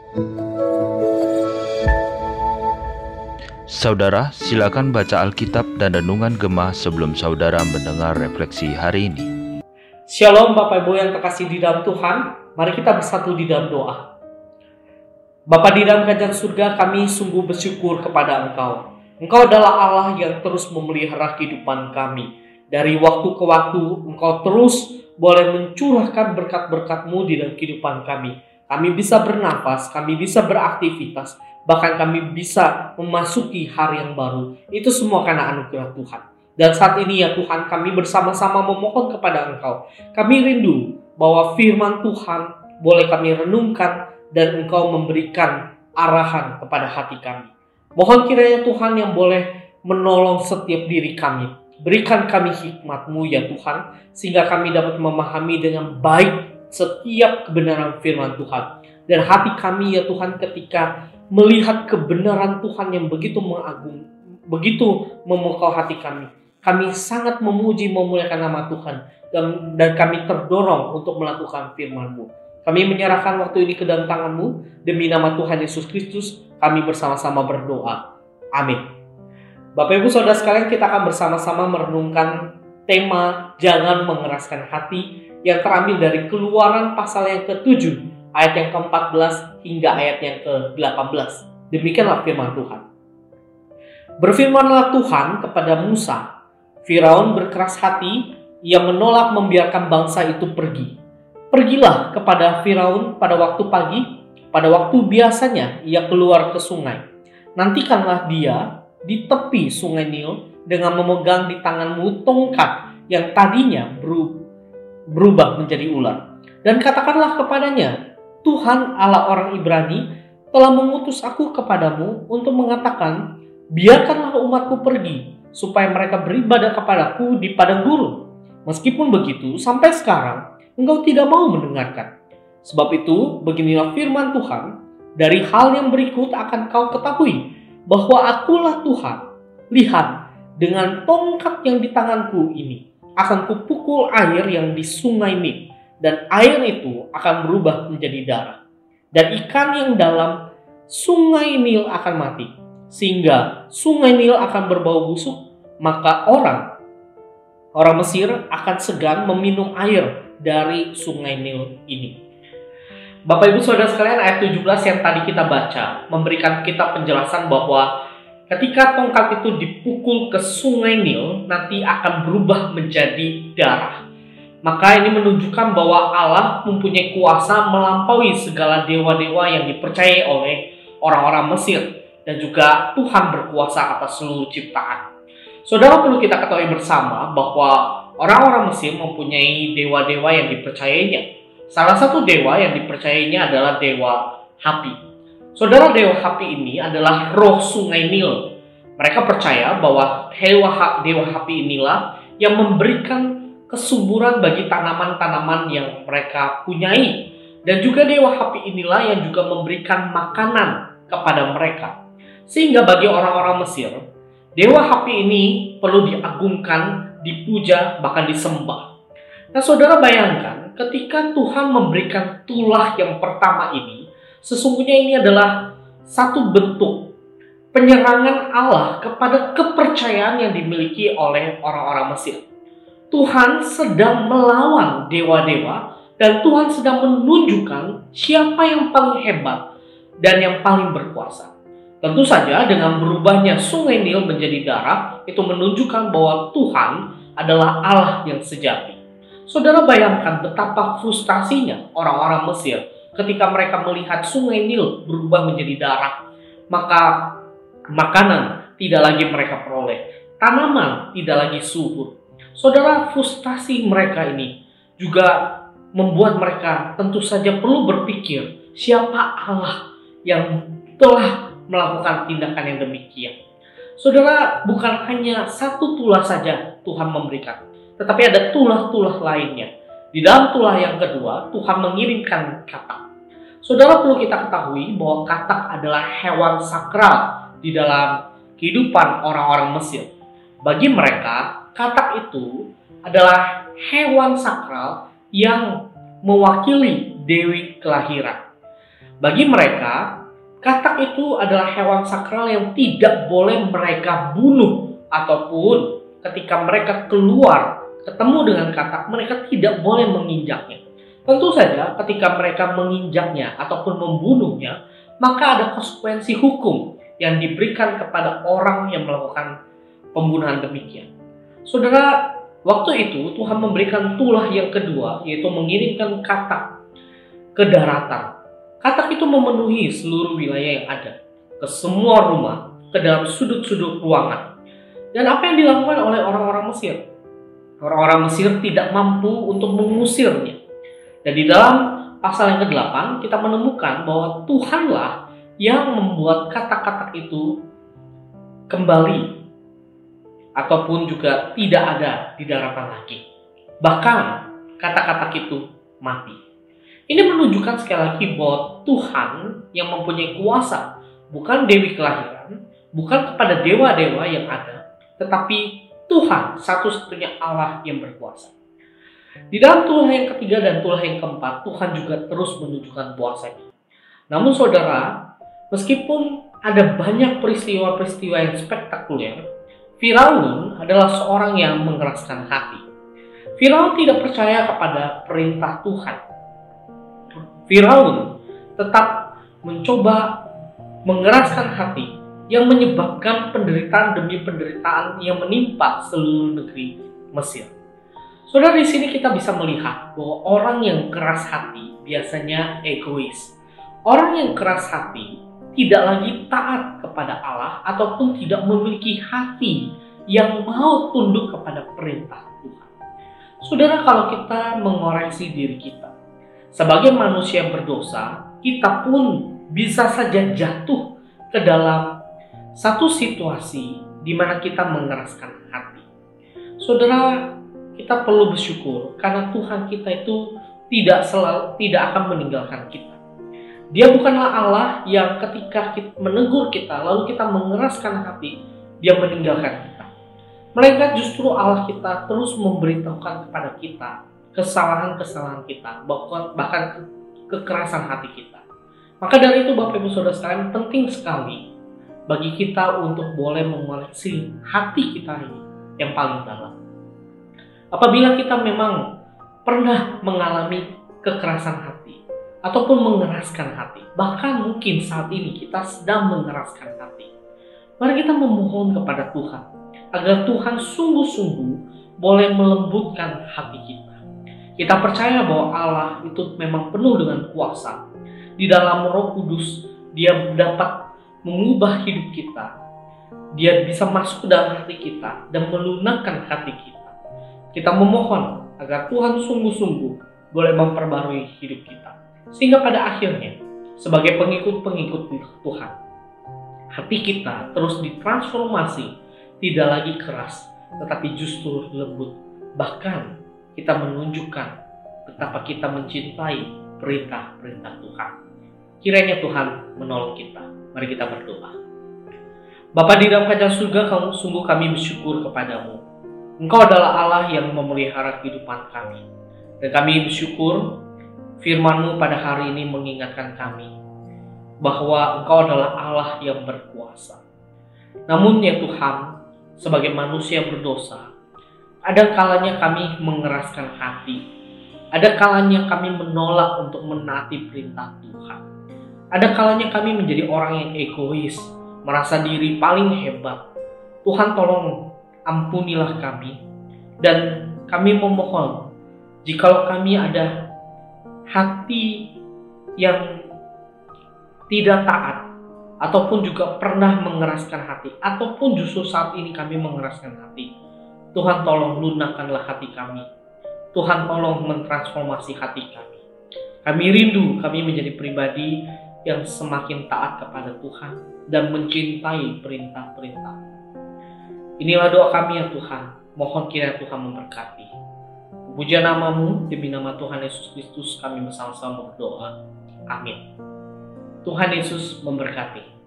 Saudara, silakan baca Alkitab dan Renungan Gemah sebelum saudara mendengar refleksi hari ini. Shalom Bapak Ibu yang terkasih di dalam Tuhan, mari kita bersatu di dalam doa. Bapa di dalam kerajaan surga, kami sungguh bersyukur kepada Engkau. Engkau adalah Allah yang terus memelihara kehidupan kami. Dari waktu ke waktu, Engkau terus boleh mencurahkan berkat-berkat-Mu di dalam kehidupan kami. Kami bisa bernafas, kami bisa beraktivitas, bahkan kami bisa memasuki hari yang baru. Itu semua karena anugerah Tuhan. Dan saat ini ya Tuhan, kami bersama-sama memohon kepada Engkau. Kami rindu bahwa firman Tuhan boleh kami renungkan dan Engkau memberikan arahan kepada hati kami. Mohon kiranya Tuhan yang boleh menolong setiap diri kami. Berikan kami hikmat-Mu ya Tuhan, sehingga kami dapat memahami dengan baik setiap kebenaran firman Tuhan. Dan hati kami ya Tuhan ketika melihat kebenaran Tuhan yang begitu mengagung, begitu memukau hati kami. Kami sangat memuji memuliakan nama Tuhan. Dan kami terdorong untuk melakukan firman-Mu. Kami menyerahkan waktu ini ke dalam tangan-Mu. Demi nama Tuhan Yesus Kristus, kami bersama-sama berdoa. Amin. Bapak Ibu Saudara sekalian, kita akan bersama-sama merenungkan tema Jangan Mengeraskan Hati yang terambil dari Keluaran pasal yang ke-7, ayat yang ke-14 hingga ayat yang ke-18. Demikianlah firman Tuhan. Berfirmanlah Tuhan kepada Musa, Firaun berkeras hati, ia menolak membiarkan bangsa itu pergi. Pergilah kepada Firaun pada waktu pagi, pada waktu biasanya ia keluar ke sungai. Nantikanlah dia di tepi sungai Nil dengan memegang di tanganmu tongkat yang tadinya berubah menjadi ular. Dan katakanlah kepadanya, Tuhan Allah orang Ibrani telah mengutus aku kepadamu untuk mengatakan, biarkanlah umatku pergi, supaya mereka beribadah kepadaku di padang gurun. Meskipun begitu, sampai sekarang engkau tidak mau mendengarkan. Sebab itu, beginilah firman Tuhan, dari hal yang berikut akan kau ketahui, bahwa akulah Tuhan. Lihat, dengan tongkat yang di tanganku ini, akan kupukul air yang di sungai Nil, dan air itu akan berubah menjadi darah. Dan ikan yang dalam sungai Nil akan mati, sehingga sungai Nil akan berbau busuk, maka orang Mesir akan segan meminum air dari sungai Nil ini. Bapak Ibu Saudara sekalian, ayat 17 yang tadi kita baca memberikan kita penjelasan bahwa ketika tongkat itu dipukul ke sungai Nil, nanti akan berubah menjadi darah. Maka ini menunjukkan bahwa Allah mempunyai kuasa melampaui segala dewa-dewa yang dipercayai oleh orang-orang Mesir. Dan juga Tuhan berkuasa atas seluruh ciptaan. Saudara, perlu kita ketahui bersama bahwa orang-orang Mesir mempunyai dewa-dewa yang dipercayainya. Salah satu dewa yang dipercayainya adalah dewa Hapi. Saudara, dewa Hapi ini adalah roh sungai Nil. Mereka percaya bahwa dewa Hapi inilah yang memberikan kesuburan bagi tanaman-tanaman yang mereka punyai. Dan juga dewa Hapi inilah yang juga memberikan makanan kepada mereka. Sehingga bagi orang-orang Mesir, dewa Hapi ini perlu diagungkan, dipuja, bahkan disembah. Nah saudara, bayangkan ketika Tuhan memberikan tulah yang pertama ini, sesungguhnya ini adalah satu bentuk penyerangan Allah kepada kepercayaan yang dimiliki oleh orang-orang Mesir. Tuhan sedang melawan dewa-dewa dan Tuhan sedang menunjukkan siapa yang paling hebat dan yang paling berkuasa. Tentu saja dengan berubahnya sungai Nil menjadi darah, itu menunjukkan bahwa Tuhan adalah Allah yang sejati. Saudara, bayangkan betapa frustasinya orang-orang Mesir ketika mereka melihat sungai Nil berubah menjadi darah. Maka makanan tidak lagi mereka peroleh, tanaman tidak lagi subur. Saudara, frustasi mereka ini juga membuat mereka tentu saja perlu berpikir, siapa Allah yang telah melakukan tindakan yang demikian. Saudara, bukan hanya satu tulah saja Tuhan memberikan, tetapi ada tulah-tulah lainnya. Di dalam tulah yang kedua, Tuhan mengirimkan katak. Saudara, perlu kita ketahui bahwa katak adalah hewan sakral di dalam kehidupan orang-orang Mesir. Bagi mereka, katak itu adalah hewan sakral yang mewakili dewi kelahiran. Bagi mereka, katak itu adalah hewan sakral yang tidak boleh mereka bunuh, ataupun ketika mereka keluar ketemu dengan katak, mereka tidak boleh menginjaknya. Tentu saja ketika mereka menginjaknya ataupun membunuhnya, maka ada konsekuensi hukum yang diberikan kepada orang yang melakukan pembunuhan demikian. Saudara, waktu itu Tuhan memberikan tulah yang kedua, yaitu mengirimkan katak ke daratan. Katak itu memenuhi seluruh wilayah yang ada, ke semua rumah, ke dalam sudut-sudut ruangan. Dan apa yang dilakukan oleh orang-orang Mesir? Orang-orang Mesir tidak mampu untuk mengusirnya. Dan di dalam pasal yang ke-8 kita menemukan bahwa Tuhanlah yang membuat katak-katak itu kembali ataupun juga tidak ada di daratan lagi. Bahkan katak-katak itu mati. Ini menunjukkan sekali lagi bahwa Tuhan yang mempunyai kuasa, bukan dewi kelahiran, bukan kepada dewa-dewa yang ada, tetapi Tuhan satu-satunya Allah yang berkuasa. Di dalam tulah yang ketiga dan tulah yang keempat, Tuhan juga terus menunjukkan kuasanya. Namun saudara, meskipun ada banyak peristiwa-peristiwa yang spektakuler, Firaun adalah seorang yang mengeraskan hati. Firaun tidak percaya kepada perintah Tuhan. Firaun tetap mencoba mengeraskan hati yang menyebabkan penderitaan demi penderitaan yang menimpa seluruh negeri Mesir. Saudara, di sini kita bisa melihat bahwa orang yang keras hati biasanya egois. Orang yang keras hati tidak lagi taat kepada Allah ataupun tidak memiliki hati yang mau tunduk kepada perintah Tuhan. Saudara, kalau kita mengoreksi diri kita, sebagai manusia yang berdosa, kita pun bisa saja jatuh ke dalam satu situasi di mana kita mengeraskan hati. Saudara, kita perlu bersyukur karena Tuhan kita itu tidak akan meninggalkan kita. Dia bukanlah Allah yang ketika kita menegur kita lalu kita mengeraskan hati, Dia meninggalkan kita. Melainkan justru Allah kita terus memberitahukan kepada kita kesalahan-kesalahan kita, bahkan kekerasan hati kita. Maka dari itu Bapak Ibu Saudara sekalian, penting sekali bagi kita untuk boleh mengoreksi hati kita ini yang paling dalam. Apabila kita memang pernah mengalami kekerasan hati ataupun mengeraskan hati, bahkan mungkin saat ini kita sedang mengeraskan hati, mari kita memohon kepada Tuhan agar Tuhan sungguh-sungguh boleh melembutkan hati kita. Kita percaya bahwa Allah itu memang penuh dengan kuasa. Di dalam Roh Kudus, Dia dapat mengubah hidup kita. Dia bisa masuk ke dalam hati kita dan melunakkan hati kita. Kita memohon agar Tuhan sungguh-sungguh boleh memperbarui hidup kita. Sehingga pada akhirnya, sebagai pengikut-pengikut Tuhan, hati kita terus ditransformasi, tidak lagi keras, tetapi justru lembut. Bahkan kita menunjukkan betapa kita mencintai perintah-perintah Tuhan. Kiranya Tuhan menolong kita. Mari kita berdoa. Bapa di dalam kerajaan surga, sungguh kami bersyukur kepadamu. Engkau adalah Allah yang memelihara kehidupan kami. Dan kami bersyukur firman-Mu pada hari ini mengingatkan kami bahwa Engkau adalah Allah yang berkuasa. Namun ya Tuhan, sebagai manusia berdosa, ada kalanya kami mengeraskan hati. Ada kalanya kami menolak untuk menaati perintah Tuhan. Ada kalanya kami menjadi orang yang egois, merasa diri paling hebat. Tuhan tolong ampunilah kami. Dan kami memohon, jikalau kami ada hati yang tidak taat, ataupun juga pernah mengeraskan hati, ataupun justru saat ini kami mengeraskan hati, Tuhan tolong lunakkanlah hati kami. Tuhan tolong mentransformasi hati kami. Kami rindu kami menjadi pribadi yang semakin taat kepada Tuhan dan mencintai perintah-perintah. Inilah doa kami ya Tuhan. Mohon kiranya Tuhan memberkati. Puja nama-Mu, demi nama Tuhan Yesus Kristus kami bersama-sama berdoa. Amin. Tuhan Yesus memberkati.